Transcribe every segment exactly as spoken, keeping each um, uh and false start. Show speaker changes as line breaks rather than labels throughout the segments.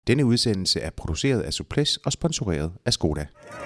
Denne udsendelse er produceret af Suples og sponsoreret af Skoda.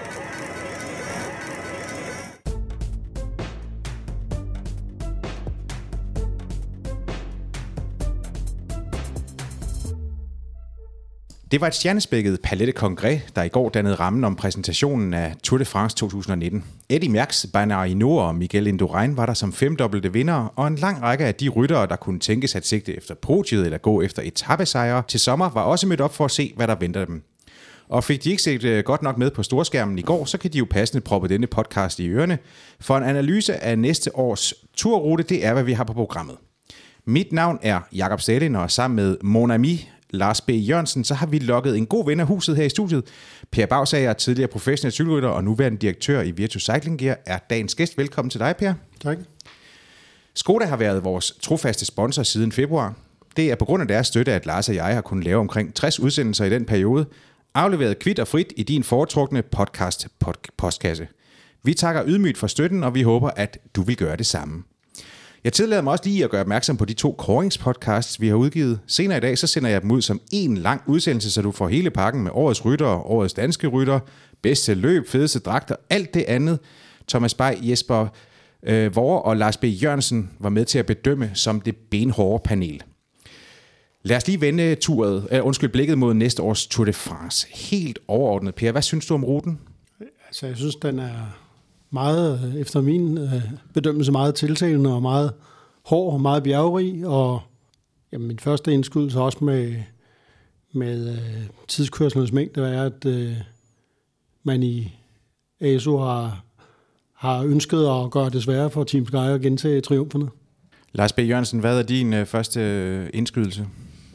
Det var et stjernespækket Palais de Congrès, der i går dannede rammen om præsentationen af Tour de France to tusind nitten. Eddy Merckx, Bernard Hinault og Miguel Indurain var der som femdobbelte vindere, og en lang række af de ryttere, der kunne tænkes at sigte efter podiet eller gå efter etapesejre til sommer, var også mødt op for at se, hvad der venter dem. Og fik de ikke set godt nok med på storskærmen i går, så kan de jo passende proppe denne podcast i ørerne, for en analyse af næste års turrute, det er, hvad vi har på programmet. Mit navn er Jakob Stalin, og sammen med Mon Ami, Lars B. Jørgensen, så har vi lokket en god ven af huset her i studiet. Per Bagsager, tidligere professionel cykelrytter og nuværende direktør i Virtus Cycling Gear, er dagens gæst. Velkommen til dig, Per.
Tak.
Skoda har været vores trofaste sponsor siden februar. Det er på grund af deres støtte, at Lars og jeg har kunnet lave omkring tres udsendelser i den periode, afleveret kvit og frit i din foretrukne podcast postkasse. Vi takker ydmygt for støtten, og vi håber, at du vil gøre det samme. Jeg tillader mig også lige at gøre opmærksom på de to kåringspodcasts, vi har udgivet. Senere i dag, så sender jeg dem ud som en lang udsendelse, så du får hele pakken med årets ryttere, årets danske ryttere, bedste løb, fedeste dragter, alt det andet. Thomas Bay, Jesper øh, Vore og Lars B. Jørgensen var med til at bedømme som det benhårde panel. Lad os lige vende turet, øh, undskyld, blikket mod næste års Tour de France. Helt overordnet, Per, hvad synes du om ruten?
Altså, jeg synes, den er meget, efter min øh, bedømmelse, meget tiltalende og meget hård og meget bjergrig. Og jamen, min første indskydelse også med, med øh, tidskørslernes mængde er, at øh, man i A S O har, har ønsket at gøre det sværere for Team Sky at gentage triumferne.
Lars B. Jørgensen, hvad er din øh, første øh, indskydelse?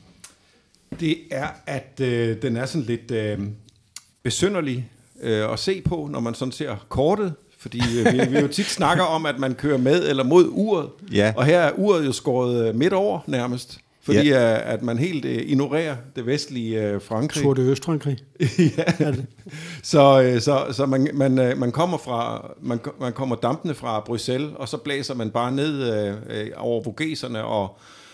Det er, at øh, den er sådan lidt øh, besynderlig øh, at se på, når man sådan ser kortet. Fordi øh, vi, vi jo tit snakker om, at man kører med eller mod uret.
Ja.
Og her er uret jo skåret midt over nærmest. Fordi
ja.
øh, at man helt øh, ignorerer det vestlige øh, Frankrig.
Tour de Østfrankrig.
Ja. Så, øh, så, så man, man, øh, man, kommer fra, man, man kommer dampende fra Bruxelles, og så blæser man bare ned øh, over Vogeserne og,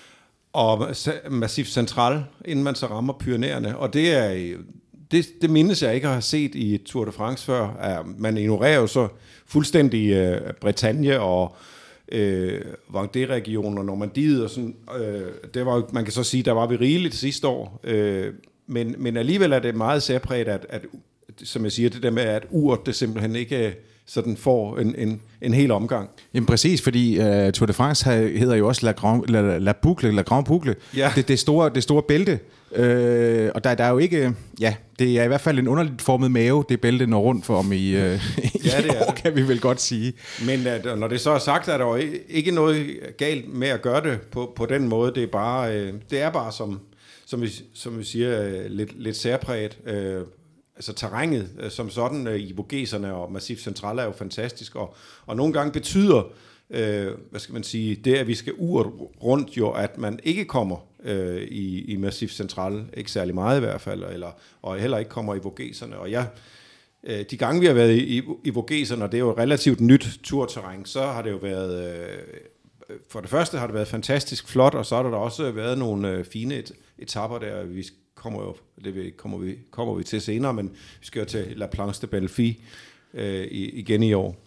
og Massif Central, inden man så rammer Pyrenæerne. Og det er... Det, det mindes jeg ikke at have set i Tour de France før. Man ignorerer jo så fuldstændig øh, Bretagne og øh, Vendée-regionen og Normandiet og sådan. Øh, det var, man kan så sige, der var vi rigeligt sidste år. Øh, men, men alligevel er det meget særpræget, at, at, som jeg siger, det der med, at uret det simpelthen ikke sådan får en, en, en hel omgang.
Jamen præcis, fordi uh, Tour de France hedder jo også La, Grand, La, La Boucle, La Grand Boucle. Ja. Det, det, store, det store bælte. Øh, og der, der er jo ikke, ja, det er i hvert fald en underligt formet mave, det bælte når rundt for om i, øh, ja, i år, det. Kan vi vel godt sige.
Men at, når det så er sagt, er der jo ikke noget galt med at gøre det på, på den måde. Det er bare, øh, det er bare som, som, vi, som vi siger, øh, lidt, lidt særpræget. Øh, altså terrænet øh, som sådan øh, i Vogeserne og Massif Central er jo fantastisk, og, og nogle gange betyder, øh, hvad skal man sige, det at vi skal uret rundt jo, at man ikke kommer I, i Massif Central, ikke særlig meget i hvert fald, eller, og heller ikke kommer i Vogeserne. Og jeg, de gange vi har været i, i, i Vogeserne, og det er jo et relativt nyt turterræn, så har det jo været, for det første har det været fantastisk flot, og så har der også været nogle fine et, etapper der, vi kommer jo, det kommer vi, kommer vi til senere, men vi skal jo til La Planche de Belfi øh, igen i år.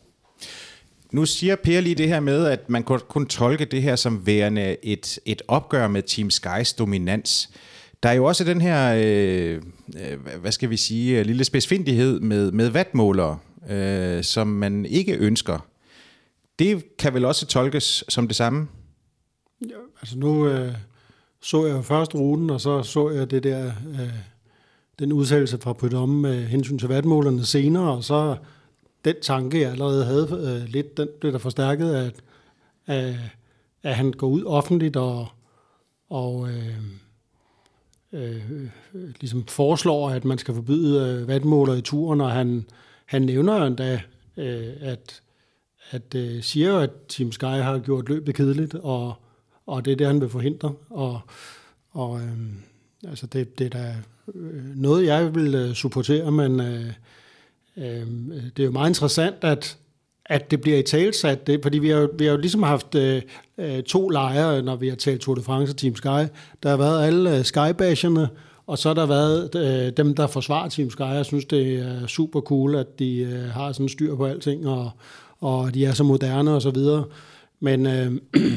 Nu siger Per lige det her med, at man kunne kun tolke det her som værende et, et opgør med Team Skys dominans. Der er jo også den her, øh, hvad skal vi sige, lille spidsfindighed med, med wattmålere, øh, som man ikke ønsker. Det kan vel også tolkes som det samme?
Ja, altså nu øh, så jeg først ruten, og så så jeg det der, øh, den udtalelse fra Prudhomme med hensyn til wattmålerne senere, og så den tanke, jeg allerede havde øh, lidt, den blev der forstærket, at, at, at han går ud offentligt og, og øh, øh, ligesom foreslår, at man skal forbyde øh, wattmåler i turen, og han, han nævner endda, øh, at, at øh, siger jo, at Team Sky har gjort løbet kedeligt, og, og det er det, han vil forhindre. Og, og øh, altså det, det er da noget, jeg vil øh, supportere, men øh, det er jo meget interessant, at, at det bliver i talsat, det, fordi vi har, jo, vi har jo ligesom haft øh, to lejre, når vi har talt Tour de France og Team Sky. Der har været alle øh, skybasherne, Og så har der været øh, dem, der forsvarer Team Sky. Jeg synes, det er super cool, at de øh, har sådan styr på alting, og, og de er så moderne og så videre. Men øh,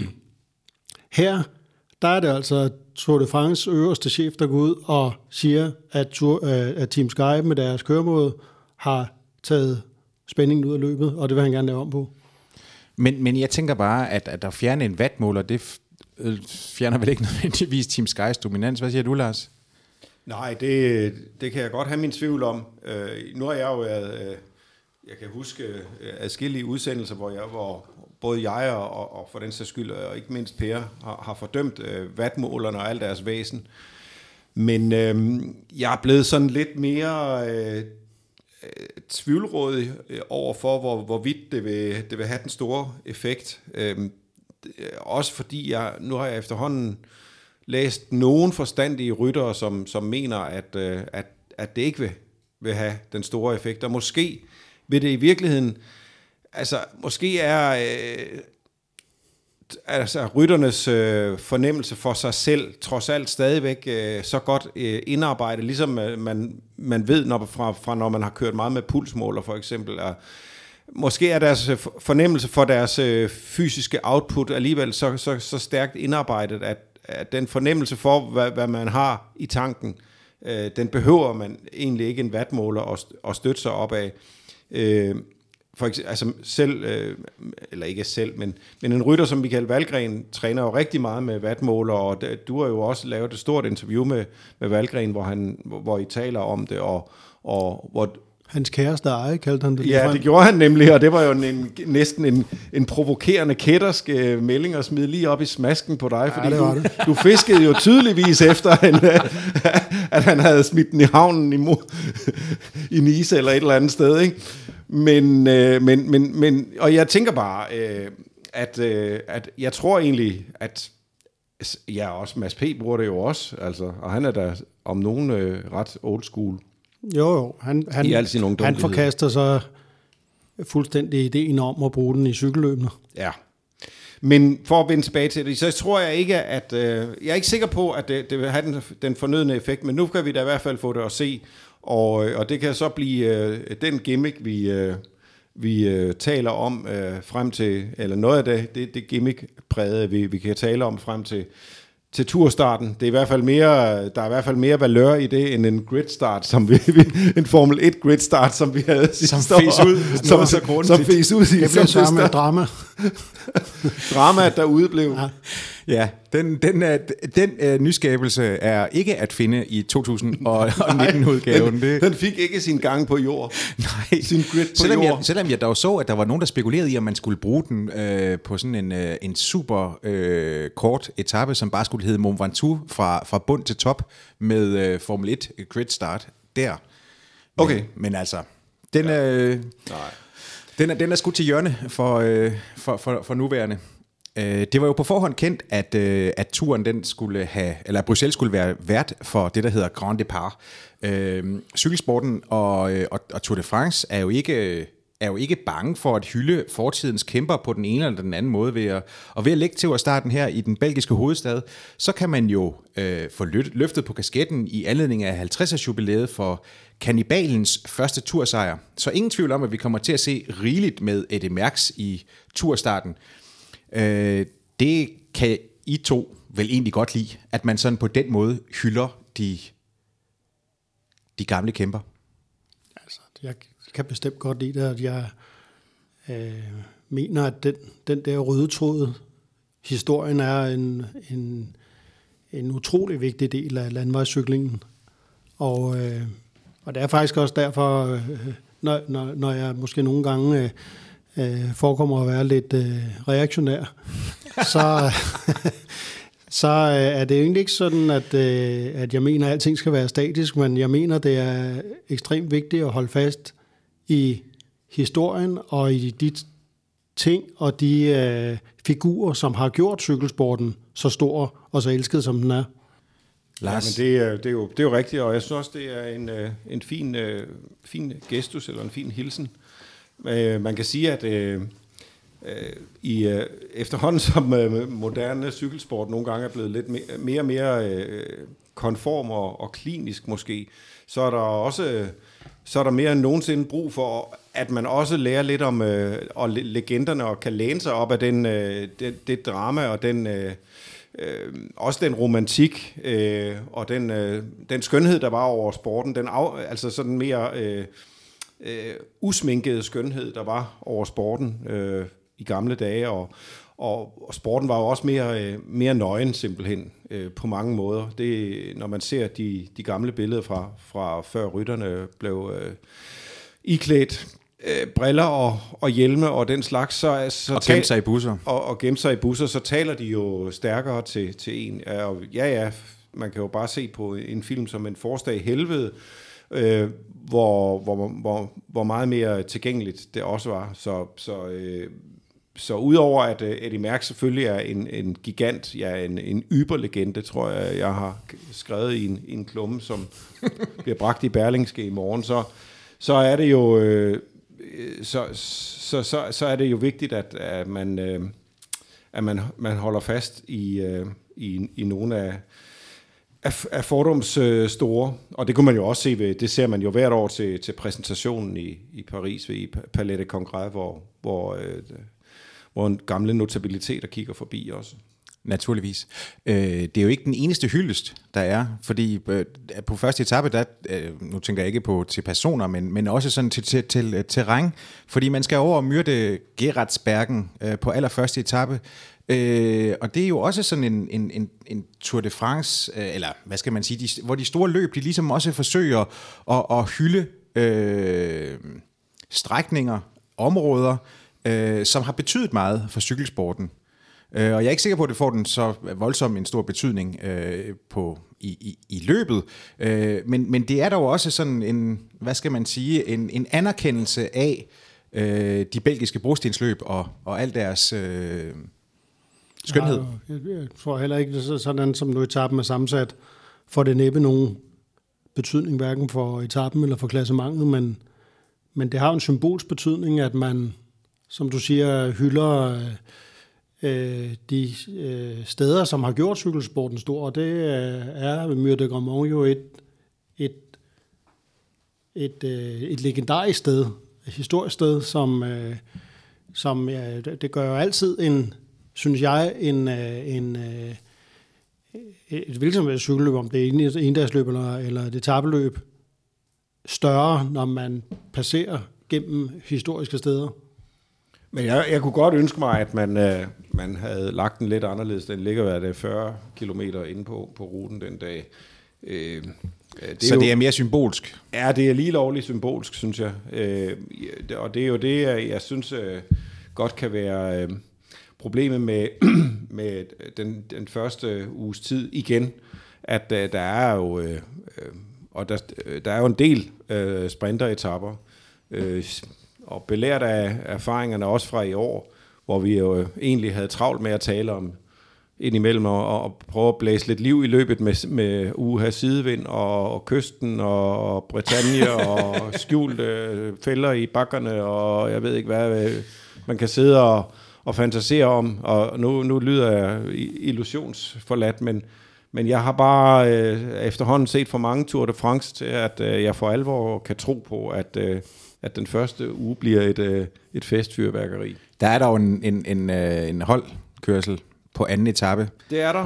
her, der er det altså Tour de France øverste chef, der går ud og siger, at, Tour, øh, at Team Sky med deres køremåde har taget spændingen ud af løbet, og det vil han gerne lave om på.
Men, men jeg tænker bare, at, at der fjerne en wattmåler, det fjerner vel ikke nødvendigvis Team Skys dominans. Hvad siger du, Lars?
Nej, det, det kan jeg godt have min tvivl om. Øh, nu har jeg jo været, øh, jeg kan huske øh, adskillige udsendelser, hvor, jeg, hvor både jeg og, og for den sags skyld, og ikke mindst Per, har, har fordømt øh, wattmålerne og alt deres væsen. Men øh, jeg er blevet sådan lidt mere øh, tvivlrådig over for, hvor, hvorvidt det vil, det vil have den store effekt. Øh, også fordi jeg, nu har jeg efterhånden læst nogen forstandige ryttere, som, som mener, at, at, at det ikke vil, vil have den store effekt. Og måske vil det i virkeligheden, altså måske er øh, altså rytternes øh, fornemmelse for sig selv trods alt stadigvæk øh, så godt øh, indarbejdet, ligesom øh, man, man ved når, fra, fra når man har kørt meget med pulsmåler for eksempel. Og måske er deres fornemmelse for deres øh, fysiske output alligevel så, så, så stærkt indarbejdet, at at den fornemmelse for, hvad, hvad man har i tanken, øh, den behøver man egentlig ikke en wattmåler at, at støtte sig op af. Øh, for eksempel, altså selv, øh, eller ikke selv, men, men en rytter som Michael Valgren træner jo rigtig meget med wattmåler, og det, du har jo også lavet et stort interview med, med Valgren, hvor, han, hvor I taler om det, og, og hvor
hans kæreste eje, kaldte han det.
Ja, det gjorde han nemlig, og det var jo en, en, næsten en, en provokerende kættersk uh, melding at smide lige op i smasken på dig, fordi ja, du, det. du fiskede jo tydeligvis efter, en, at han havde smidt den i havnen i, i Nice eller et eller andet sted. Ikke? Men, uh, men, men, men, og jeg tænker bare, uh, at, uh, at jeg tror egentlig, at ja, også Mads P. bruger det jo også, altså, og han er da om nogen uh, ret old school.
Jo, jo. Han, han, han forkaster så fuldstændig ideen om at bruge den i cykelløbene.
Ja. Men for at vende tilbage til det, så tror jeg ikke, at... Øh, jeg er ikke sikker på, at det, det vil have den, den fornødne effekt, men nu kan vi da i hvert fald få det at se. Og, og det kan så blive øh, den gimmick, vi, øh, vi øh, taler om øh, frem til... Eller noget af det, det, det gimmick-prægede, vi, vi kan tale om frem til... til turstarten. Det er i hvert fald mere, der er i hvert fald mere valør i det end en grid start, som vi, en Formel et grid start, som vi havde sidste
som fes ud,
som, som, som fes ud.
Det bliver så med drama.
Dramaet der udeblev.
Ja, ja den, den, er, den uh, nyskabelse er ikke at finde i to tusind nitten-udgaven.
Den, den fik ikke sin gang på jord.
Nej,
sin grid på
selvom,
jord.
Jeg, selvom jeg dog så, at der var nogen, der spekulerede i, om man skulle bruge den uh, på sådan en, uh, en super uh, kort etape, som bare skulle hedde Mont Ventoux fra, fra bund til top med uh, Formel et grid start der.
Okay.
Men, men altså, den, ja. uh, den, er, den er skudt til hjørne for, uh, for, for, for nuværende. Det var jo på forhånd kendt, at, at turen den skulle have, eller Bruxelles skulle være vært for det, der hedder Grand Départ. Cykelsporten og, og, og Tour de France er jo ikke er jo ikke bange for at hylde fortidens kæmper på den ene eller den anden måde ved at, og ved at lægge til at starten her i den belgiske hovedstad, så kan man jo øh, få løftet på kasketten i anledning af halvtreds-års jubilæet for Kannibalens første tursejr. Så ingen tvivl om, at vi kommer til at se rigeligt med Eddy Merckx i turstarten. Øh, det kan I to vel egentlig godt lide, at man sådan på den måde hylder de, de gamle kæmper.
Altså, jeg kan bestemt godt lide det, at jeg øh, mener, at den, den der røde tråd, historien er en, en, en utrolig vigtig del af landvejscyklingen. Og, øh, og det er faktisk også derfor, øh, når, når, når jeg måske nogle gange... Øh, Øh, forekommer at være lidt øh, reaktionær, så, så øh, er det egentlig ikke sådan, at, øh, at jeg mener, at alting skal være statisk, men jeg mener, det er ekstremt vigtigt at holde fast i historien og i de ting og de øh, figurer, som har gjort cykelsporten så stor og så elsket, som den er.
Lars? Ja, men det er, det, er jo, det er jo rigtigt, og jeg synes også, det er en, en fin, fin gestus eller en fin hilsen. Man kan sige, at, øh, i øh, efterhånden som øh, moderne cykelsport nogle gange er blevet lidt mere, mere og mere øh, konform og, og klinisk måske, så er der også øh, så er der mere end nogensinde brug for, at man også lærer lidt om øh, og legenderne og kan læne sig op af den, øh, det, det drama og den øh, øh, også den romantik øh, og den, øh, den skønhed, der var over sporten, den af, altså sådan mere øh, øh, usminkede skønhed, der var over sporten øh, i gamle dage, og, og, og sporten var jo også mere, øh, mere nøgen simpelthen øh, på mange måder. Det, når man ser de, de gamle billeder fra, fra før rytterne blev øh, iklædt øh, briller og, og hjelme og den slags, så, så
og gemte sig i busser.
Og, og gemte sig i busser, så taler de jo stærkere til, til en. Og ja, ja, man kan jo bare se på en film som En forårsdag i helvede, øh, hvor, hvor, hvor, hvor meget mere tilgængeligt det også var. Så, så, øh, så udover at øh, Eddie Merckx selvfølgelig er en, en gigant, ja, en, en yberlegende, tror jeg, jeg har skrevet i en, i en klumme, som bliver bragt i Berlingske i morgen, så, så er det jo... Øh, Så, så, så, så er det jo vigtigt, at, at man øh, at man, man holder fast i, øh, i, i nogle af, af, af Fordums øh, store, og det kunne man jo også se ved, det ser man jo hvert år til, til præsentationen i, i Paris ved i Palais des Congrès, hvor, hvor, øh, hvor en gamle notabiliteter kigger forbi også.
Naturligvis. Øh, det er jo ikke den eneste hyldest, der er, fordi øh, på første etape, der, øh, nu tænker jeg ikke på til personer, men, men også sådan til, til, til øh, terræn, fordi man skal over og myrde Geraardsbergen øh, på allerførste etape, øh, og det er jo også sådan en, en, en, en Tour de France, øh, eller hvad skal man sige, de, hvor de store løb, de ligesom også forsøger at, at hylde øh, strækninger, områder, øh, som har betydet meget for cykelsporten. Og jeg er ikke sikker på, at det får den så voldsom en stor betydning øh, på, i, i, i løbet. Øh, men, men det er dog også sådan en, hvad skal man sige, en, en anerkendelse af øh, de belgiske brostensløb og, og al deres øh, skønhed.
Ja, jeg, jeg tror heller ikke, det er sådan, som nu etappen er sammensat, får det næppe nogen betydning, hverken for etappen eller for klassementet, men, men det har en symbolsk betydning, at man, som du siger, hylder... Øh, de øh, steder, som har gjort cykelsporten stor, og det øh, er Mur de Grammont jo et, et, et, øh, et legendarisk sted, et historisk sted, som, øh, som ja, det gør jo altid en, synes jeg, en, øh, en øh, et hvilket som helst cykelløb, om det er endagsløb eller, eller et etapeløb, større, når man passerer gennem historiske steder.
Men jeg, jeg kunne godt ønske mig, at man, øh, man havde lagt den lidt anderledes. Den ligger hvad det fyrre kilometer inde på, på ruten den dag. Øh, det
Så
jo,
det er mere symbolsk?
Ja, det er lige lovligt symbolsk, synes jeg. Øh, og det er jo det, jeg synes øh, godt kan være øh, problemet med, med den, den første uges tid igen. At øh, der er jo øh, og der, der er jo en del øh, sprinteretapper. Øh, Og belært af erfaringerne også fra i år, hvor vi jo egentlig havde travlt med at tale om indimellem og, og prøve at blæse lidt liv i løbet med, med uha sidevind og, og kysten og, og Bretagne og skjulte fælder i bakkerne og jeg ved ikke hvad man kan sidde og, og fantasere om. Og nu, nu lyder jeg illusionsforladt, men, men jeg har bare øh, efterhånden set for mange Tour de France til, at øh, jeg for alvor kan tro på, at øh, at den første uge bliver et, øh, et festfyrværkeri.
Der er dog en, en, en, øh, en holdkørsel på anden etape.
Det er der.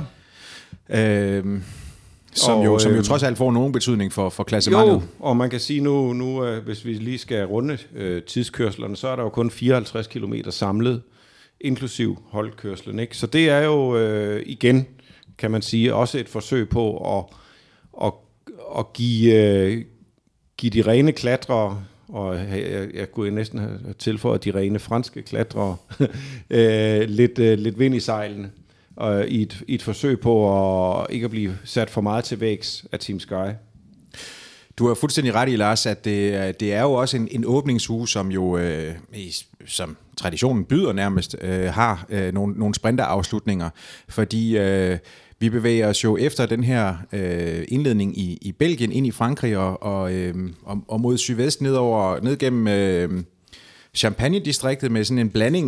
Øh, som,
og,
jo, som jo
øh,
trods alt får nogen betydning for, for klassementet.
Jo, og man kan sige nu, nu øh, hvis vi lige skal runde øh, tidskørslerne, så er der jo kun fireoghalvtreds kilometer samlet, inklusiv holdkørslen. Ikke? Så det er jo øh, igen, kan man sige, også et forsøg på at, at, at give, øh, give de rene klatrere, og jeg, jeg kunne næsten have tilføjet de rene franske klatrere, øh, lidt, øh, lidt vind i sejlene, og i et, i et forsøg på at ikke at blive sat for meget til vægs af Team Sky.
Du har fuldstændig ret i, Lars, at det, det er jo også en, en åbningsuge, som jo, øh, som traditionen byder nærmest, øh, har øh, nogle, nogle sprinterafslutninger, fordi øh, vi bevæger os jo efter den her øh, indledning i, i Belgien ind i Frankrig og, og, øh, og, og mod sydvest nedover, ned gennem øh, Champagne-distriktet med sådan en blanding af,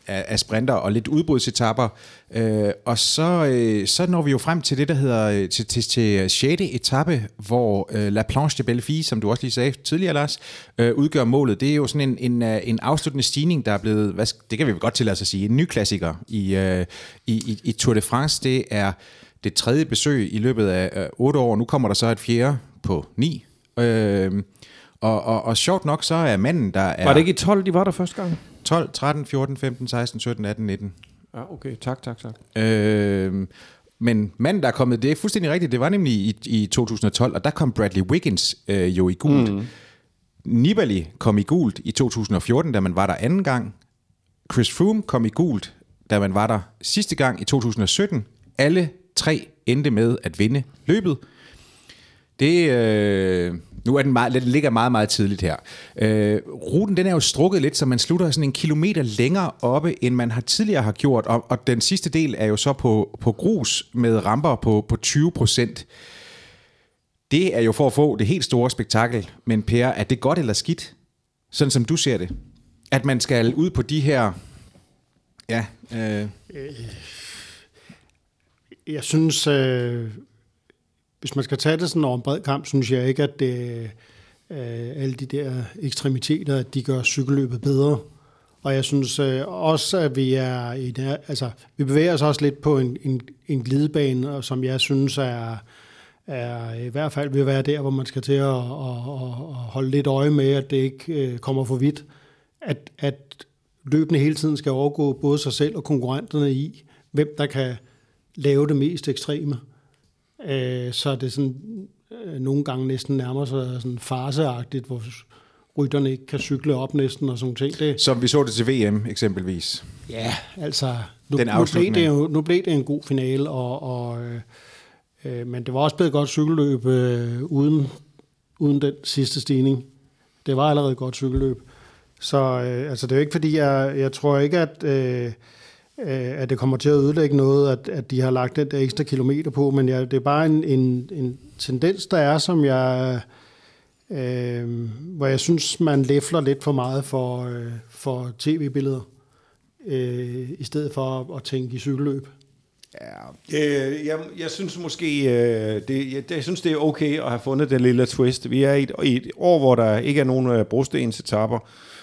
af, af sprinter og lidt udbrudsetapper. Øh, og så, øh, så når vi jo frem til det, der hedder til, til, til sjette etape, hvor øh, La Planche de Belleville, som du også lige sagde tidligere, Lars, øh, udgør målet. Det er jo sådan en, en, en afsluttende stigning, der er blevet, hvad, det kan vi godt tillade os at sige, en ny klassiker i, øh, i, i, i Tour de France. Det er det tredje besøg i løbet af øh, otte år. Nu kommer der så et fjerde på ni. Øh, og, og, og sjovt nok, så er manden, der er...
Var det ikke i tolv, de var der første gang?
tolv, tretten, fjorten, femten, seksten, sytten, atten, nitten.
Ja, okay. Tak, tak, tak.
Øh, men manden, der er kommet, det er fuldstændig rigtigt, det var nemlig i, i to tusind og tolv, og der kom Bradley Wiggins øh, jo i gult. Mm. Nibali kom i gult i to tusind og fjorten, da man var der anden gang. Chris Froome kom i gult, da man var der sidste gang i to tusind og sytten. Alle tre endte med at vinde løbet. Det, øh, nu er den, meget, den ligger meget, meget tidligt her. Øh, ruten den er jo strukket lidt, så man slutter sådan en kilometer længere oppe, end man har tidligere har gjort, og, og den sidste del er jo så på, på grus med ramper på, på tyve procent. Det er jo for at få det helt store spektakel, men Per, er det godt eller skidt, sådan som du ser det? At man skal ud på de her... Ja, øh.
Jeg synes... Øh Hvis man skal tage det sådan over en bred kamp, synes jeg ikke, at det, øh, alle de der ekstremiteter, at de gør cykelløbet bedre. Og jeg synes øh, også, at vi er i der, altså vi bevæger os også lidt på en, en, en glidebane, som jeg synes er, er i hvert fald vil være der, hvor man skal til at, at, at holde lidt øje med, at det ikke øh, kommer for vidt. At, at løbende hele tiden skal overgå både sig selv og konkurrenterne i, hvem der kan lave det mest ekstreme. Så det sådan nogle gange næsten nærmer sig sådan farseagtigt, hvor rytterne ikke kan cykle op næsten og sådan ting. Det,
Som vi så det til V M eksempelvis.
Ja, altså nu, nu, blev, det jo, nu blev det en god finale, og, og, øh, men det var også blevet et godt cykelløb øh, uden, uden den sidste stigning. Det var allerede et godt cykelløb. Så øh, altså, det er jo ikke fordi, jeg, jeg tror ikke, at... Øh, at det kommer til at ødelægge noget, at, at de har lagt den der ekstra kilometer på, men ja, det er bare en, en, en tendens, der er, som jeg, øh, hvor jeg synes, man læfler lidt for meget for, øh, for tv-billeder, øh, i stedet for at, at tænke i cykelløb.
Ja, øh, jeg, jeg synes måske, øh, det, jeg, jeg synes, det er okay at have fundet den lille twist. Vi er i et, i et år, hvor der ikke er nogen øh, brostensetapper,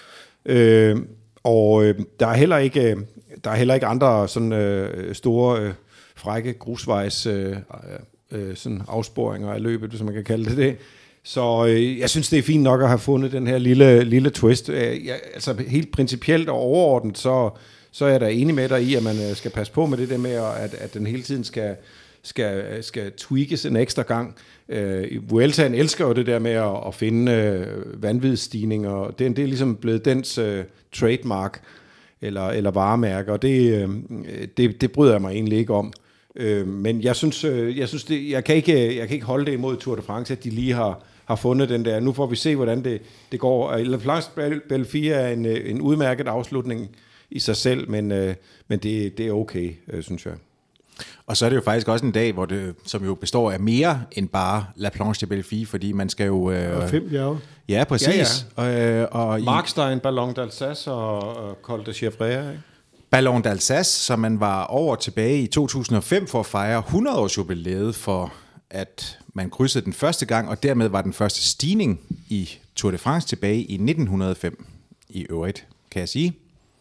øh, og øh, der er heller ikke... Øh, Der er heller ikke andre sådan øh, store, øh, frække grusvejs øh, øh, sådan afsporinger af løbet, hvis man kan kalde det det. Så øh, jeg synes, det er fint nok at have fundet den her lille, lille twist. Øh, jeg, altså helt principielt og overordnet, så, så er jeg da enig med dig i, at man øh, skal passe på med det der med, at, at den hele tiden skal, skal, skal tweakes en ekstra gang. Øh, Vueltaen elsker jo det der med at, at finde øh, vanvidsstigninger. Det, det er ligesom blevet dens øh, trademark. Eller, eller varemærker, og det, det, det bryder jeg mig egentlig ikke om. Men jeg synes, jeg, synes det, jeg, kan ikke, jeg kan ikke holde det imod Tour de France, at de lige har, har fundet den der. Nu får vi se, hvordan det, det går. La Planche de Belleville er en, en udmærket afslutning i sig selv, men, men det, det er okay, synes jeg.
Og så er det jo faktisk også en dag, hvor det, som jo består af mere end bare La Planche de Belleville, fordi man skal jo... Øh,
og fem bjerge.
Ja, præcis. Ja, ja. Og, og
Markstein, Ballon d'Alsace og, og Col de Chèvre, ikke?
Ballon d'Alsace, som man var over tilbage i to tusind og fem for at fejre hundrede års jubilæet for, at man krydsede den første gang, og dermed var den første stigning i Tour de France tilbage i nitten hundrede og fem i øvrigt, kan jeg sige.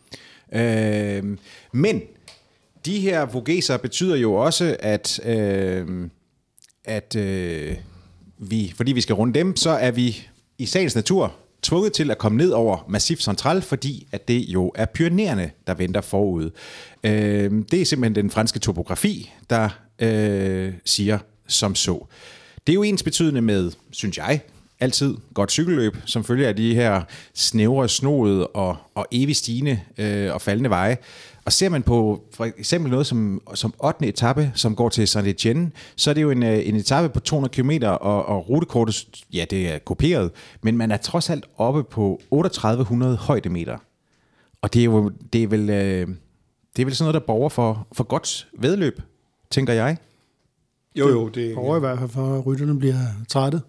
Øh, men... De her vogeser betyder jo også, at, øh, at øh, vi, fordi vi skal runde dem, så er vi i sagens natur tvunget til at komme ned over Massif Central, fordi at det jo er Pyrenæerne, der venter forud. Øh, det er simpelthen den franske topografi, der øh, siger som så. Det er jo ens betydende med, synes jeg, altid godt cykelløb, som følger af de her snævre, snoede og, og evigt stigende øh, og faldende veje. Og ser man på for eksempel noget som, som ottende etape, som går til Saint-Étienne, så er det jo en, en etape på to hundrede kilometer, og, og rutekortet, ja, det er kopieret, men man er trods alt oppe på otteogtredive hundrede højdemeter. Og det er jo det er vel, øh, det er vel sådan noget, der borger for, for godt væddeløb, tænker jeg.
Jo, jo. Det
går i hvert fald for, at rytterne bliver trætte.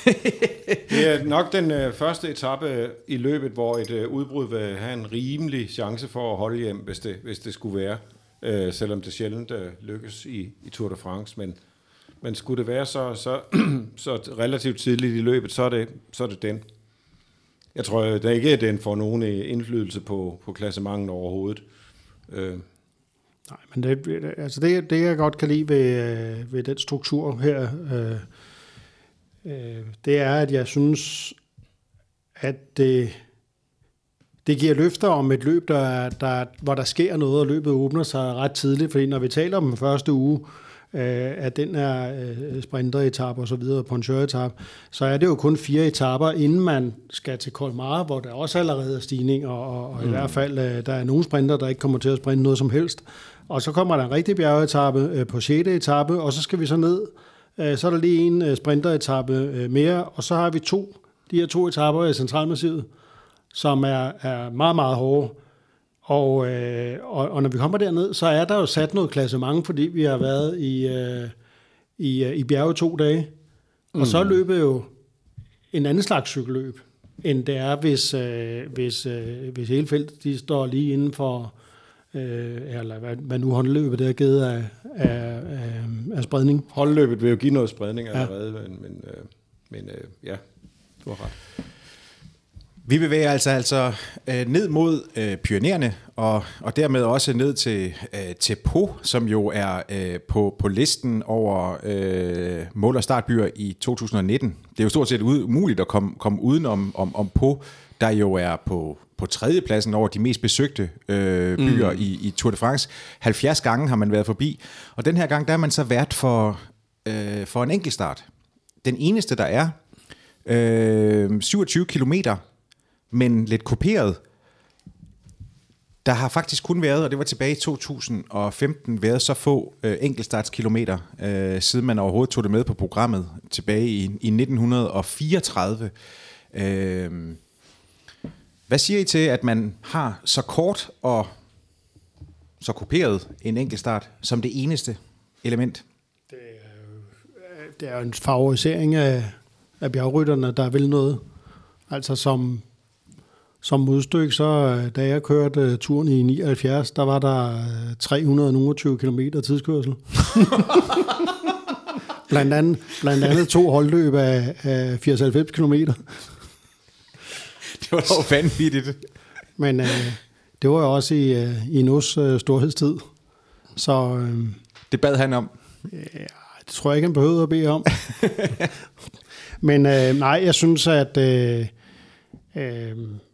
Det er nok den øh, første etape i løbet, hvor et øh, udbrud vil have en rimelig chance for at holde hjem, hvis det, hvis det skulle være. Øh, selvom det sjældent øh, lykkes i, i Tour de France. Men, men skulle det være så, så, så relativt tidligt i løbet, så er det, så er det den. Jeg tror det er ikke, at den får nogen indflydelse på, på klassementet overhovedet. Øh.
Nej, men det, altså det, det, jeg godt kan lide ved, ved den struktur her, øh, øh, det er, at jeg synes, at det, det giver løfter om et løb, der, der, hvor der sker noget, og løbet åbner sig ret tidligt. Fordi når vi taler om den første uge, øh, at den er øh, sprinteretappe og så videre, poncheur-etape, så er det jo kun fire etaper, inden man skal til Colmar, hvor der også allerede er stigning, og, og, og mm. i hvert fald, øh, der er nogle sprinter, der ikke kommer til at sprinte noget som helst. Og så kommer der en rigtig bjergetappe øh, på sjette etape, og så skal vi så ned. Øh, så er der lige en øh, sprinteretappe øh, mere, og så har vi to, de her to etaper i centralmassivet, som er, er meget, meget hårde. Og, øh, og, og når vi kommer derned, så er der jo sat noget klassement, fordi vi har været i, øh, i, øh, i bjerge to dage. Og mm. så er løbet jo en anden slags cykelløb, end det er, hvis, øh, hvis, øh, hvis hele feltet de står lige inden for, øh, eller hvad, hvad nu håndløbet der er givet af, af, af, af spredning.
Håndløbet vil jo give noget spredning allerede, ja. men, men, øh, men øh, ja, du har ret.
Vi bevæger altså altså øh, ned mod øh, Pyrenæerne, og, og dermed også ned til, øh, til Pau, som jo er øh, på, på listen over øh, mål- og startbyer i to tusind nitten. Det er jo stort set umuligt at komme, komme uden om, om, om Pau, der jo er på, på tredjepladsen over de mest besøgte øh, byer mm. i, i Tour de France. halvfjerds gange har man været forbi, og den her gang der er man så vært for, øh, for en enkeltstart. Den eneste, der er øh, syvogtyve kilometer, men lidt kuperet. Der har faktisk kun været, og det var tilbage i to tusind femten, været så få øh, enkeltstartskilometer, øh, siden man overhovedet tog det med på programmet, tilbage i, i nitten fireogtredive. Øh, hvad siger I til, at man har så kort og så kuperet en enkeltstart som det eneste element?
Det er, det er en favorisering af, af bjergrytterne, der vil noget. Altså som... Som modstykke, så da jeg kørte turen i nioghalvfjerds, der var der tre hundrede og tyve kilometer tidskørsel. blandt, andet, blandt andet to holdløb af, af firs til halvfems kilometer.
Det var dog vanvittigt.
Men øh, det var jo også i, øh, i Nos øh, storhedstid. Så, øh,
det bad han om?
Ja, det tror jeg ikke, han behøvede at bede om. Men øh, nej, jeg synes, at... Øh, øh,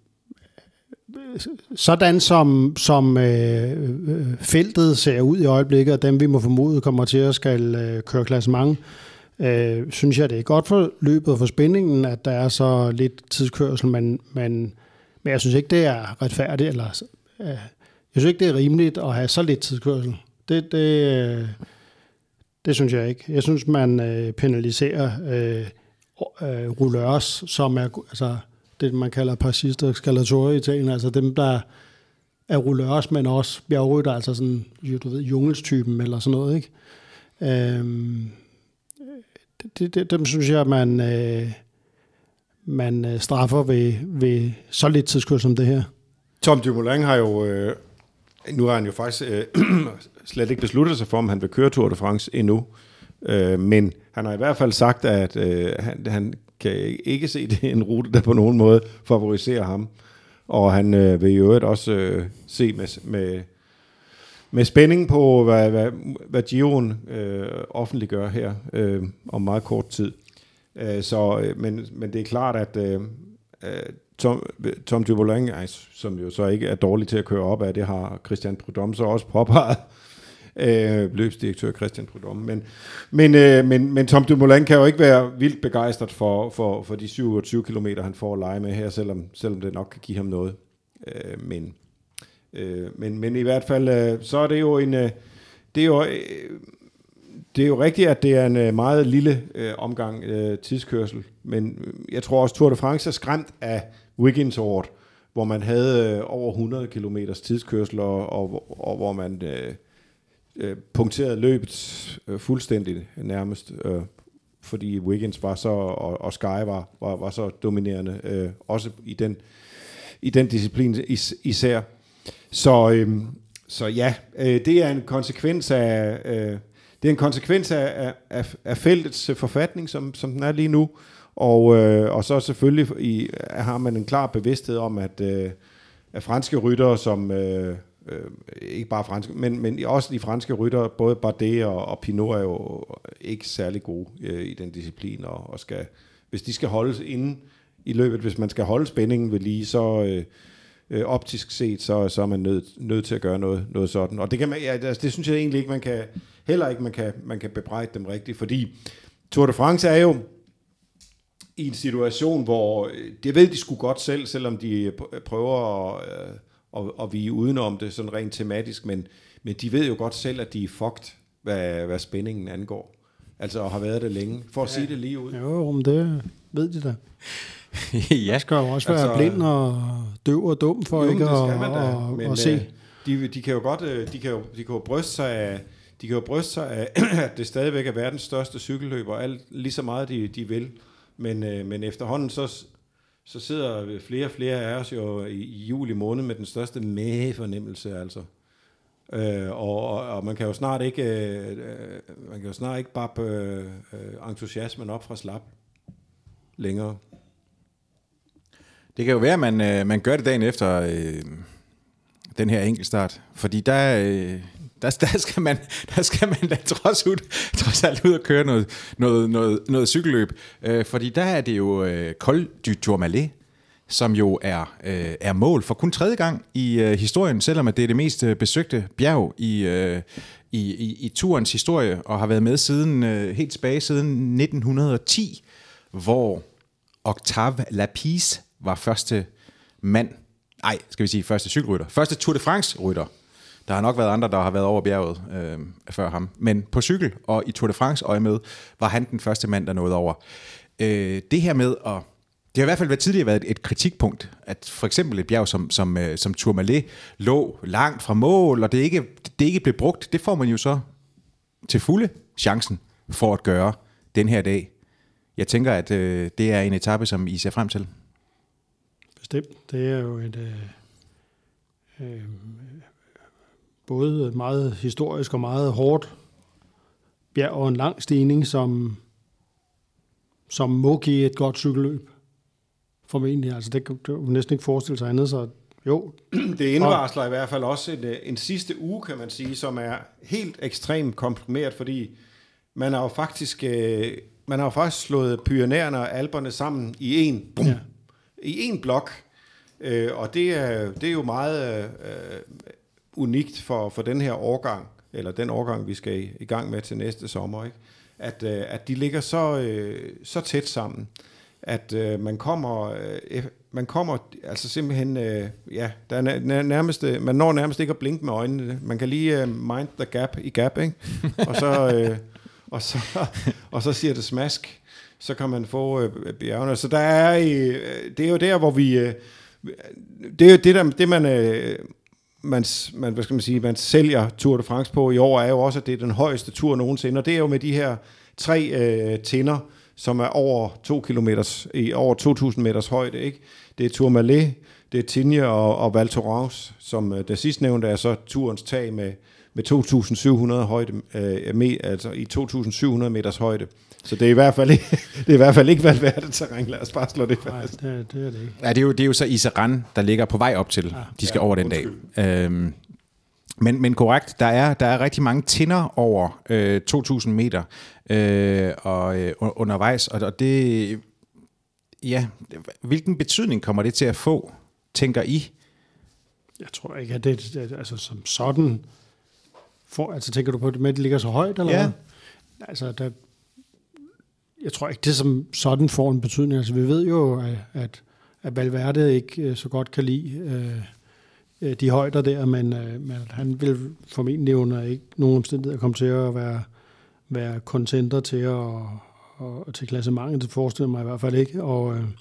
sådan som, som øh, feltet ser ud i øjeblikket, og dem vi må formode kommer til at skal øh, køre klassement, øh, synes jeg, det er godt for løbet og for spændingen, at der er så lidt tidskørsel, men, men, men jeg synes ikke, det er retfærdigt, eller øh, jeg synes ikke, det er rimeligt at have så lidt tidskørsel. Det, det, øh, det synes jeg ikke. Jeg synes, man øh, penaliserer øh, øh, rouleurs, som er... Altså, det, man kalder passister skalatori i Italien, altså dem, der er rouleurs, men også bjergrytter, altså sådan, du ved, jungelstypen eller sådan noget, ikke? Øhm, det, det, dem synes jeg, man, øh, man straffer ved, ved så lidt tidskørsel som det her.
Tom Dumoulin har jo, øh, nu har han jo faktisk øh, slet ikke besluttet sig for, om han vil køre Tour de France endnu, øh, men han har i hvert fald sagt, at øh, han, han kan ikke se, det en rute, der på nogen måde favoriserer ham. Og han øh, vil jo også øh, se med, med, med spænding på, hvad, hvad, hvad Giroen øh, offentliggør her øh, om meget kort tid. Øh, så, øh, men, men det er klart, at øh, Tom, Tom Dumoulin, som jo så ikke er dårlig til at køre op af, det har Christian Prudhomme så også påpeget. Øh, løbsdirektør Christian Prudhomme. Men, men, øh, men, men Tom Dumoulin kan jo ikke være vildt begejstret for, for, for de syvogtyve kilometer, han får at lege med her, selvom, selvom det nok kan give ham noget. Øh, men, øh, men, men i hvert fald, øh, så er det jo en... Øh, det, er jo, øh, det er jo rigtigt, at det er en øh, meget lille øh, omgang øh, tidskørsel, men jeg tror også, Tour de France er skræmt af Wiggins-året, hvor man havde øh, over hundrede kilometers tidskørsel, og, og, og hvor man... Øh, øh, punkterede løbet øh, fuldstændig nærmest, øh, fordi Wiggins var så, og, og Sky var, var, var så dominerende, øh, også i den, i den disciplin is, især. Så, øh, så ja, øh, det er en konsekvens af... Øh, Det er en konsekvens af, af, af feltets forfatning, som, som den er lige nu. Og, øh, og så selvfølgelig i, har man en klar bevidsthed om, at, øh, at franske ryttere, som øh, øh, ikke bare franske, men, men også de franske ryttere, både Bardet og, og Pinot er jo ikke særlig gode øh, i den disciplin. Og, og skal, hvis de skal holdes inde i løbet, hvis man skal holde spændingen ved lige, så... Øh, Øh, optisk set, så, så er man nødt, nødt til at gøre noget, noget sådan. Og det, kan man, ja, det, det synes jeg egentlig ikke, man kan, heller ikke, man kan, man kan bebrejde dem rigtigt, fordi Tour de France er jo i en situation, hvor det ved de sgu godt selv, selvom de prøver at, at, at vige udenom det sådan rent tematisk, men, men de ved jo godt selv, at de er fucked, hvad, hvad spændingen angår. Altså, og har været det længe, for at ja. sige det lige ud.
Jo, men det ved de da.
Ja.
Man skal jo også være altså, blind og døv og dum for jo, ikke at, at, at se.
De, de kan jo godt, de kan jo, de kan jo bryste sig af, de kan jo bryste sig af, at det stadigvæk er verdens største cykelløb, og alt, lige så meget de, de vil. Men, men efterhånden så, så sidder flere og flere af os jo i, i juli måned med den største mægefornemmelse, altså. Øh, og, og, og man kan jo snart ikke, øh, man kan jo snart ikke bare øh, entusiasmen op fra slap længere.
Det kan jo være, at man, øh, man gør det dagen efter øh, den her enkeltstart, fordi der, øh, der, der, skal man, der skal man da trods, ud, trods alt ud og køre noget, noget, noget, noget cykelløb, øh, fordi der er det jo øh, Col du Tourmalet, som jo er, øh, er mål for kun tredje gang i øh, historien, selvom at det er det mest øh, besøgte bjerg i, øh, i, i, i turens historie, og har været med siden øh, helt tilbage siden nitten ti, hvor Octave Lapisse var første mand, nej, skal vi sige første cykelrytter, første Tour de France-rytter. Der har nok været andre, der har været over bjerget øh, før ham, men på cykel og i Tour de France øje med, var han den første mand, der nåede over. Øh, det her med at Det har i hvert fald været tidligere været et, et kritikpunkt, at for eksempel et bjerg som, som, som Tourmalet lå langt fra mål, og det ikke, det ikke blev brugt. Det får man jo så til fulde chancen for at gøre den her dag. Jeg tænker, at øh, det er en etape, som I ser frem til.
Bestemt. Det er jo et øh, øh, både meget historisk og meget hårdt bjerg og en lang stigning, som, som må give et godt cykelløb. Formentlig. Altså det kan du næsten ikke forestille sig andet, så jo.
Det indvarsler og, i hvert fald også en, en sidste uge, kan man sige, som er helt ekstremt komprimeret, fordi man har jo faktisk, øh, man har jo faktisk slået Pyrenæerne og Alperne sammen i en, bum, ja. i en blok, øh, og det er, det er jo meget øh, unikt for, for den her årgang, eller den årgang, vi skal i, i gang med til næste sommer, ikke? At, øh, at de ligger så, øh, så tæt sammen, at øh, man kommer, øh, man kommer, altså simpelthen, øh, ja, der er nærmest, man når nærmest ikke at blinke med øjnene. Man kan lige øh, mind the gap i gap, ikke? Og så, øh, og så, og så siger det smask, så kan man få øh, bjergene. Så der er, øh, det er jo der, hvor vi, øh, det er jo det der, det man, øh, man, man, hvad skal man sige, man sælger Tour de France på i år, er jo også, at det er den højeste tur nogensinde, og det er jo med de her tre øh, tinder, som er over to kilometers, i over to tusind meters højde, ikke? Det er Tourmalet, det er Tignes og, og Val Thorens, som uh, det sidste nævnte er så turens tag med, med to tusind syv hundrede højde, uh, med, altså i to tusind syv hundrede meters højde. Så det er i hvert fald ikke, det er i hvert fald ikke valgværdigt terræn. Lad os bare slå det fast.
Nej, det, det er det ikke.
Ja, det er jo, det er jo så Iseran, der ligger på vej op til. Ja, de skal ja, over den undskyld. dag. Øhm, men, men korrekt, der er, der er rigtig mange tinder over øh, to tusind meter øh, og øh, undervejs, og, og det, ja, hvilken betydning kommer det til at få, tænker I?
Jeg tror ikke, at det, det altså som sådan, for, altså tænker du på det med, at det ligger så højt, eller
ja.
hvad? Altså, der, jeg tror ikke, det som sådan får en betydning. Altså, vi ved jo, at, at Valverde ikke så godt kan lide øh, de højder der, men, øh, men han vil formentlig under ikke nogen omstændigheder komme til at være, være contender til at og, og til klassementet, det forestiller mig i hvert fald ikke. Og øh,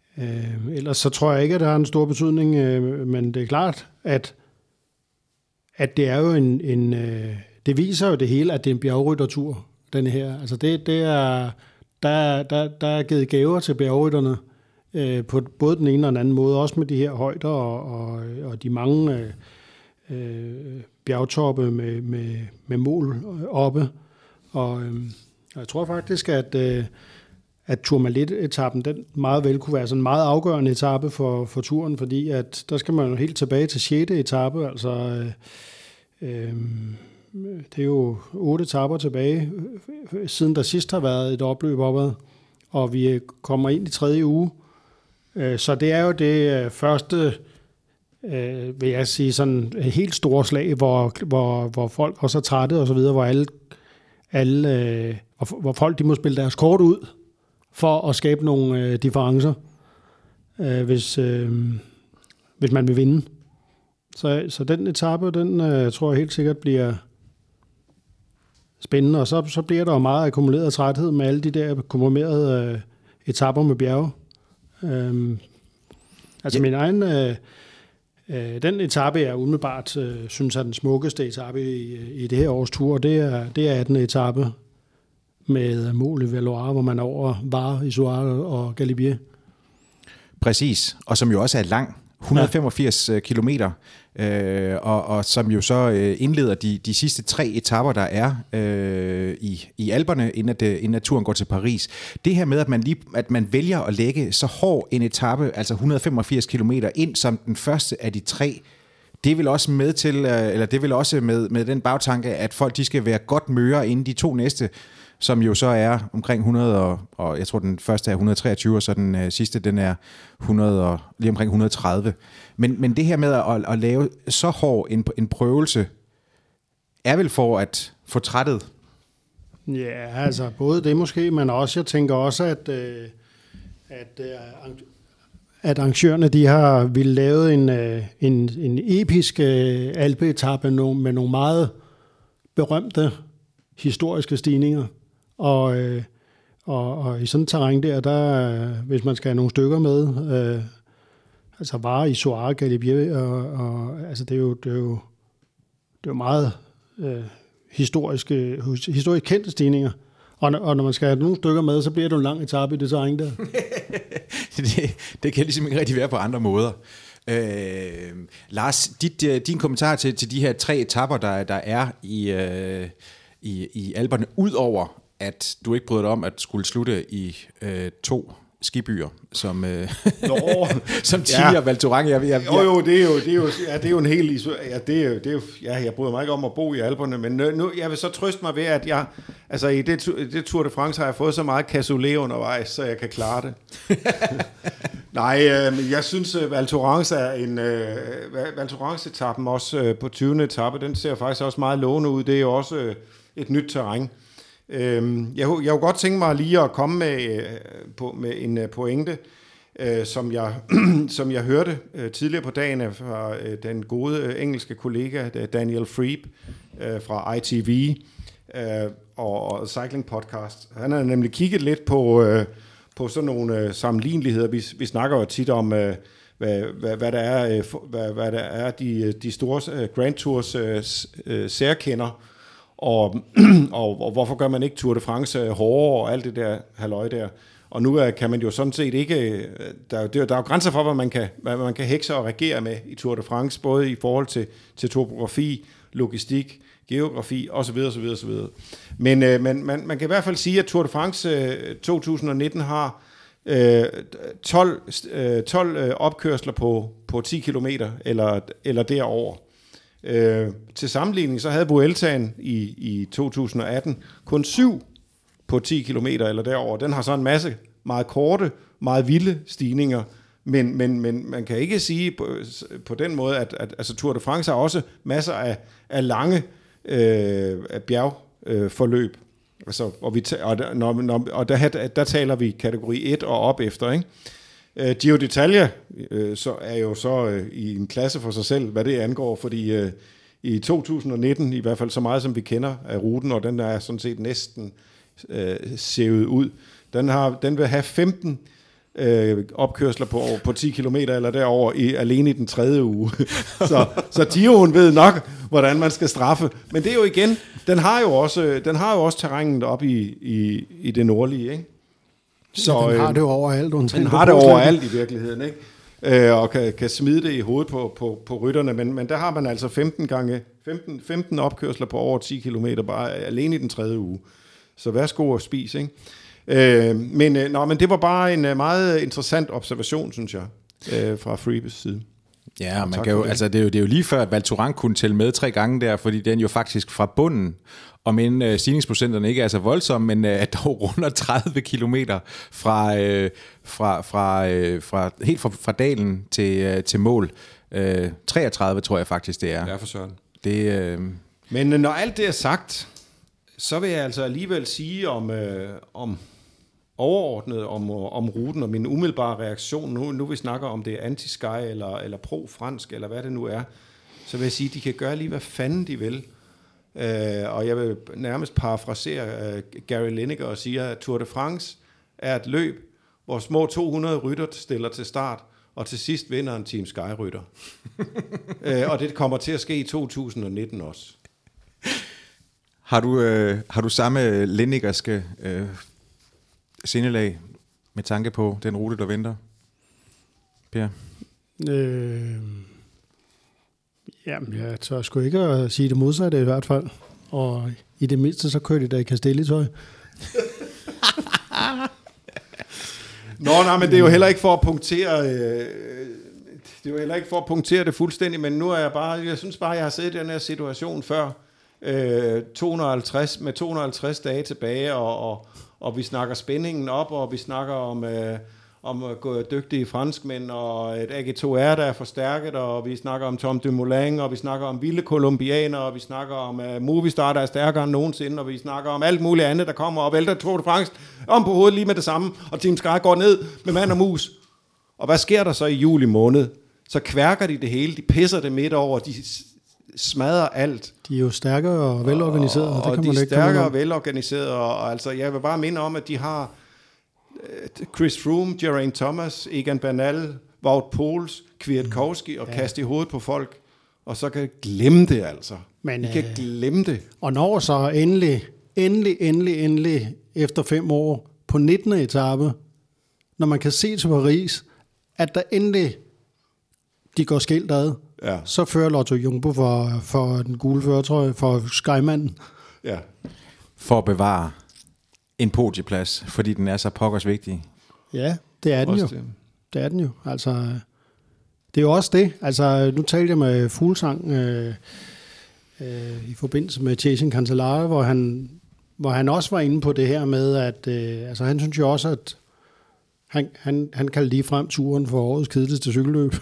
øh, ellers så tror jeg ikke, at det har en stor betydning, øh, men det er klart, at at det er jo en, en øh, det viser jo det hele, at det er en bjergryttertur, den her. Altså det, det er, der, der, der er givet gaver til bjergrytterne, øh, på både den ene og den anden måde, også med de her højder og, og, og de mange øh, øh, bjergtoppe med, med, med mål oppe. Og, øh, og jeg tror faktisk, at, øh, at Tourmalet-etappen, den meget vel kunne være sådan en meget afgørende etape for, for turen, fordi at der skal man jo helt tilbage til sjette etape, altså øh, øh, det er jo otte etaper tilbage, siden der sidst har været et opløb opad, og vi kommer ind i tredje uge. Så det er jo det første, vil jeg sige, sådan helt store slag, hvor, hvor, hvor folk også er trætte og så videre, hvor alle, alle hvor folk de må spille deres kort ud for at skabe nogle differencer, hvis, hvis man vil vinde. Så, så den etape, den tror jeg helt sikkert bliver spændende, og så, så bliver der jo meget akkumuleret træthed med alle de der komprimerede øh, etaper med bjerge. Øhm, altså ja. min egen, øh, øh, den etape, jeg umiddelbart øh, synes er den smukkeste etape i, i det her års tur, det er, det er attende etape med mål i Valloire, hvor man er over Var, Isoire og Galibier.
Præcis, og som jo også er lang. et hundrede og femogfirs ja. kilometer, øh, og, og som jo så øh, indleder de, de sidste tre etaper, der er øh, i, i Alperne, inden at, inden at turen går til Paris. Det her med, at man, lige, at man vælger at lægge så hård en etape, altså et hundrede og femogfirs kilometer, ind som den første af de tre, det vil også med til, eller det vil også med, med den bagtanke, at folk de skal være godt møre inden de to næste, som jo så er omkring hundrede, og, og jeg tror den første er et hundrede og treogtyve, og så den øh, sidste den er hundrede og, lige omkring et hundrede og tredive. Men, men det her med at, at lave så hård en, en prøvelse, er vel for at få trættet?
Ja, altså både det måske, men også, jeg tænker også, at, øh, at, øh, at arrangørerne, de har ville lave en, øh, en, en episk øh, alpeetappe med nogle meget berømte historiske stigninger. Og, øh, og, og i sådan et terræn der, der øh, hvis man skal have nogle stykker med, øh, altså Var, Isoire, Galibier, og, og altså det er jo, det er jo, det er jo meget øh, historiske, historisk kendte stigninger. Og, og når man skal have nogle stykker med, så bliver det en lang etape i det terræn der.
det, det kan ligesom ikke rigtig være på andre måder. Øh, Lars, dit, din kommentar til, til de her tre etapper, der, der er i... Øh, I, i Alperne, udover at du ikke bryder dig om at skulle slutte i øh, to skibyer, som, øh, som tidligere ja. Val Thorens. Jeg, jeg, jeg,
jo, jo, det er jo, det er jo, ja, det er jo en helt... Ja, det er, det er jo, ja, jeg bryder mig ikke om at bo i Alperne, men nu, jeg vil så trøste mig ved, at jeg... Altså, i det, det Tour de France har jeg fået så meget cassoulet undervejs, så jeg kan klare det. Nej, øh, jeg synes, at Val Thorens er en... Øh, Val Thorens-etappen også øh, på tyvende etape, den ser faktisk også meget lovende ud. Det er jo også... Øh, et nyt terræn. Øhm, jeg, jeg kunne godt tænke mig lige at komme med, øh, på, med en pointe, øh, som, jeg, som jeg hørte øh, tidligere på dagen fra øh, den gode øh, engelske kollega Daniel Frieb øh, fra I T V øh, og, og Cycling Podcast. Han har nemlig kigget lidt på, øh, på sådan nogle øh, sammenligneligheder. Vi, vi snakker jo tit om, øh, hvad, hvad, hvad der er, øh, hvad, hvad der er de, de store øh, Grand Tours øh, øh, særkender. Og, og, og hvorfor gør man ikke Tour de France hårdere og alt det der halløj der? Og nu er, kan man jo sådan set ikke... Der er, der er jo grænser for, hvad man, kan, hvad man kan hekse og regere med i Tour de France, både i forhold til, til topografi, logistik, geografi osv. osv., osv. Men øh, man, man, man kan i hvert fald sige, at Tour de France øh, to tusind nitten har øh, tolv, øh, tolv øh, opkørsler på, på ti kilometer eller, eller derover. Øh, til sammenligning så havde Vueltaen i, i to tusind atten kun syv på ti kilometer eller derover. Den har så en masse meget korte, meget vilde stigninger, men, men, men man kan ikke sige på, på den måde, at, at altså Tour de France har også masser af, af lange øh, bjergforløb. Øh, altså, og vi ta- og, der, når, når, og der, der taler vi kategori et og op efter, ikke? Uh, Giro d'Italia uh, så er jo så uh, i en klasse for sig selv, hvad det angår, fordi uh, i to tusind nitten, i hvert fald så meget som vi kender af ruten, og den er sådan set næsten uh, sævet ud, den, har, den vil have femten øh, opkørsler på, på ti kilometer eller derover i, alene i den tredje uge. så, så Giroen ved nok, hvordan man skal straffe. Men det er jo igen, den har jo også, den har jo også terrænet op i, i, i det nordlige, ikke?
Så den har det jo overalt.
Den har det overalt i virkeligheden, ikke? Øh, og kan, kan smide det i hovedet på, på, på rytterne, men, men der har man altså femten gange, femten, femten opkørsler på over ti kilometer, bare alene i den tredje uge. Så værsgo og spis, ikke? Øh, men, øh, nå, men det var bare en øh, meget interessant observation, synes jeg, øh, fra Freebes side.
Ja, man kan jo, det. Altså, det, er jo, det er jo lige før, at Val Thorens kunne tælle med tre gange der, fordi den jo faktisk fra bunden, om end øh, stigningsprocenterne ikke er så voldsomme, men øh, dog runder tredive kilometer fra, øh, fra, fra, øh, fra, helt fra, fra dalen til, øh, til mål. Øh, treogtredive tror jeg faktisk, det er.
Ja, for søren.
Det, øh...
Men når alt det er sagt, så vil jeg altså alligevel sige om, øh, om overordnet, om, om ruten og min umiddelbare reaktion, nu, nu vi snakker om det er anti-Sky eller, eller pro-fransk, eller hvad det nu er, så vil jeg sige, at de kan gøre lige, hvad fanden de vil. Uh, og jeg vil nærmest parafrasere uh, Gary Lineker og sige, at Tour de France er et løb, hvor små to hundrede rytter stiller til start, og til sidst vinder en Team Sky-rytter. uh, og det kommer til at ske i to tusind nitten også.
Har du, øh, har du samme Linekerske øh, sindelag med tanke på den rute, der venter, Per?
Øh, jamen, jeg tør sgu ikke at sige det modsatte i hvert fald. Og i det mindste, så kører de da i Castelli-tøj.
Nå, nej, men det er jo heller ikke for at punktere... Øh, det er jo heller ikke for at punktere det fuldstændig, men nu er jeg bare... Jeg synes bare, jeg har set i den her situation før. Øh, to hundrede og halvtreds, med to hundrede og halvtreds dage tilbage, og, og, og vi snakker spændingen op, og vi snakker om... Øh, om dygtige franskmænd, og et A G to R, der er forstærket, og vi snakker om Tom Dumoulin, og vi snakker om vilde kolumbianer, og vi snakker om uh, Movistar, der er stærkere end nogensinde, og vi snakker om alt muligt andet, der kommer og vælter Tour de France om på hovedet lige med det samme, og Team Sky går ned med mand og mus. Og hvad sker der så i juli måned? Så kværker de det hele, de pisser det midt over, de smadrer alt.
De er jo stærkere og velorganiserede.
Og, og,
det kan
og
man
de er
ikke
stærkere og velorganiserede, og, og altså, jeg vil bare minde om, at de har Chris Froome, Geraint Thomas, Egan Bernal, Wout Poels, Kwiatkowski og ja. Kaste i hovedet på folk, og så kan jeg glemme det altså. Men, I kan øh, glemme det.
Og når så endelig, endelig, endelig, endelig efter fem år på nittende etape, når man kan se til Paris, at der endelig de går skilt ad, ja. Så fører Lotto Jumbo for, for den gule førertrøje, for Skymanden.
Ja.
For at bevare en podieplads, fordi den er så pokkers vigtig.
Ja, det er den jo. Det. det er den jo. Altså, det er jo også det. Altså, nu talte jeg med Fuglsang øh, øh, i forbindelse med Chasing Cancellara, hvor han, hvor han også var inde på det her med, at øh, altså, han synes jo også, at han, han, han kalder lige frem turen for årets kedeligste cykelløb.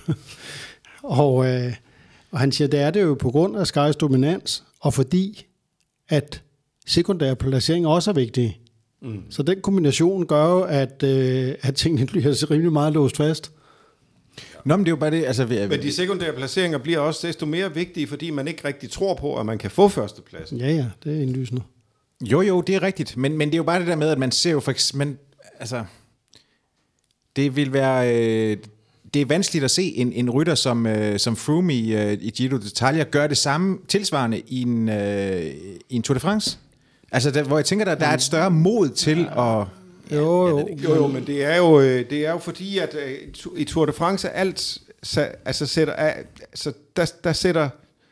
og, øh, og han siger, det er det jo på grund af Skys dominans, og fordi at sekundære placering også er vigtige. Mm. Så den kombination gør jo, at, øh, at tingene bliver rimelig meget låst fast.
Nå, men det er jo bare det, altså...
Men de sekundære placeringer bliver også desto mere vigtige, fordi man ikke rigtig tror på, at man kan få førstepladsen.
Ja, ja, det er indlysende.
Jo, jo, det er rigtigt, men, men det er jo bare det der med, at man ser jo for eksempel... Altså, det vil være... Øh, det er vanskeligt at se en, en rytter som, øh, som Froome i, øh, i Giro d'Italia gøre det samme tilsvarende i en, øh, i en Tour de France. Altså, der, hvor jeg tænker, der, der er et større mod til at...
Jo, jo.
jo, jo, men det er jo, det er jo fordi, at uh, i Tour de France er alt... Altså, sætter, altså der, der sætter...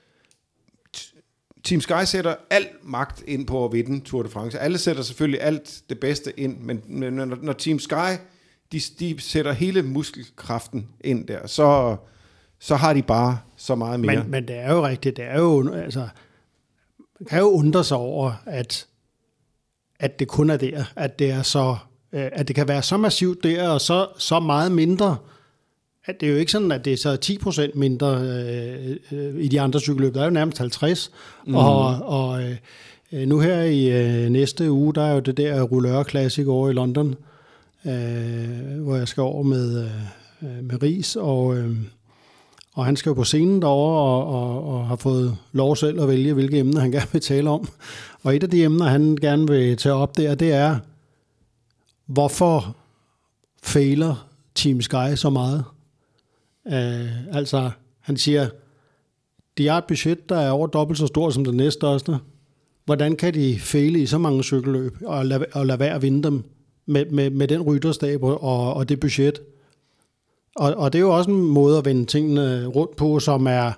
Team Sky sætter al magt ind på at vinde Tour de France. Alle sætter selvfølgelig alt det bedste ind, men når, når Team Sky... De, de sætter hele muskelkraften ind der, så, så har de bare så meget mere.
Men, men det er jo rigtigt, det er jo, altså, man kan jo undre sig over, at, at det kun er der, at det er så, at det kan være så massivt der, og så, så meget mindre, at det er jo ikke sådan, at det er så ti procent mindre øh, øh, i de andre cykelløb, der er jo nærmest halvtreds, mm. og, og øh, nu her i øh, næste uge, der er jo det der Rouleur Classic over i London, Øh, hvor jeg skal over med, øh, med Ries, og, øh, og han skal jo på scenen derovre, og, og, og har fået lov selv at vælge, hvilke emner han gerne vil tale om. Og et af de emner, han gerne vil tage op der, det er, hvorfor fejler Team Sky så meget. Uh, altså, han siger, de har et budget, der er over dobbelt så stort som det næststørste. Hvordan kan de fejle i så mange cykelløb og lade, og lade være at vinde dem med, med, med den rytterstab og, og det budget? Og, og det er jo også en måde at vende tingene rundt på, som er,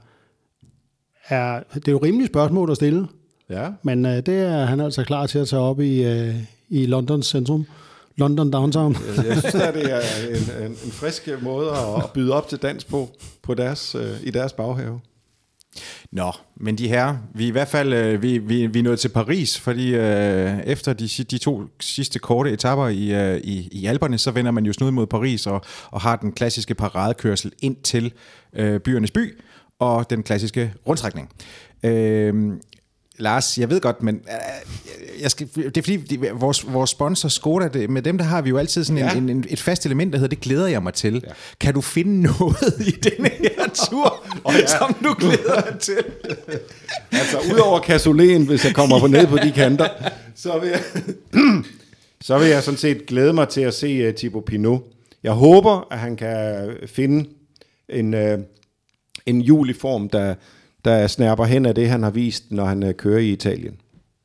er det er jo rimeligt spørgsmål at stille.
Ja.
Men uh, det er han altså klar til at tage op i, uh, i Londons centrum. London Downtown.
Jeg, jeg synes, at det er en, en, en frisk måde at byde op til dans på, på deres, uh, i deres baghave.
Nå, men de her, vi er i hvert fald øh, vi, vi, vi er nået til Paris, fordi øh, efter de, de to sidste korte etapper i, øh, i, i Alperne, så vender man jo snud mod Paris og, og har den klassiske paradekørsel ind til øh, byernes by og den klassiske rundstrækning. Øh, Lars, jeg ved godt, men øh, jeg skal, det er fordi, de, vores, vores sponsor Skoda, det, med dem der har vi jo altid sådan
ja.
en, en, et fast element, der hedder, det glæder jeg mig til. Ja. Kan du finde noget i denne her tur, oh, ja. som du glæder dig til?
Altså, udover cassoulet, hvis jeg kommer på ned på de kanter, så vil jeg, så vil jeg sådan set glæde mig til at se uh, Thibaut Pinot. Jeg håber, at han kan finde en, uh, en hjul i form, der der snærper hen af det, han har vist, når han kører i Italien.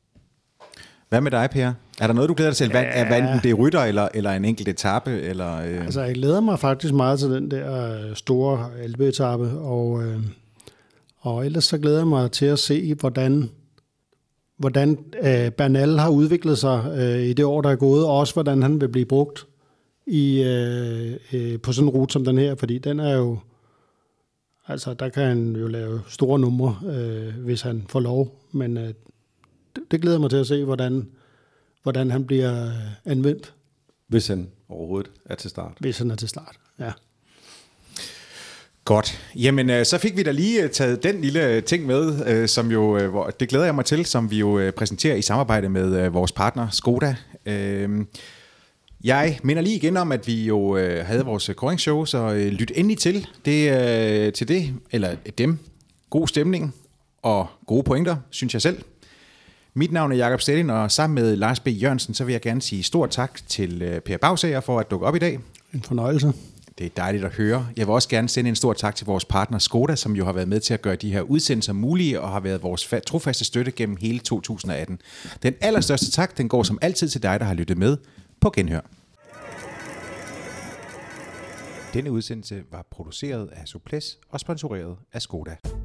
Hvad med dig, Per? Er der noget, du glæder dig til? Hvad, ja. Hvad enten det er rytter, eller, eller en enkelt etape? Eller, øh...
Altså, jeg glæder mig faktisk meget til den der store Alpe-etape, og, øh, og ellers så glæder jeg mig til at se, hvordan, hvordan øh, Bernal har udviklet sig øh, i det år, der er gået, og også hvordan han vil blive brugt i, øh, øh, på sådan en rute som den her, fordi den er jo altså, der kan han jo lave store numre, øh, hvis han får lov. Men øh, det, det glæder mig til at se, hvordan, hvordan han bliver øh, anvendt.
Hvis han overhovedet er til start.
Hvis han er til start, ja.
Godt. Jamen, øh, så fik vi da lige taget den lille ting med, øh, som jo, øh, hvor, det glæder jeg mig til, som vi jo øh, præsenterer i samarbejde med øh, vores partner Skoda. Øh, Jeg minder lige igen om, at vi jo øh, havde vores kåringsshow, så øh, lyt endelig til det, øh, til det, eller dem. God stemning og gode pointer, synes jeg selv. Mit navn er Jakob Stedin, og sammen med Lars B. Jørgensen, så vil jeg gerne sige stort tak til øh, Per Bagsager for at dukke op i dag.
En fornøjelse.
Det er dejligt at høre. Jeg vil også gerne sende en stor tak til vores partner Skoda, som jo har været med til at gøre de her udsendelser mulige, og har været vores trofaste støtte gennem hele to tusind atten. Den allerstørste tak, den går som altid til dig, der har lyttet med. På genhør. Denne udsendelse var produceret af Suples og sponsoreret af Skoda.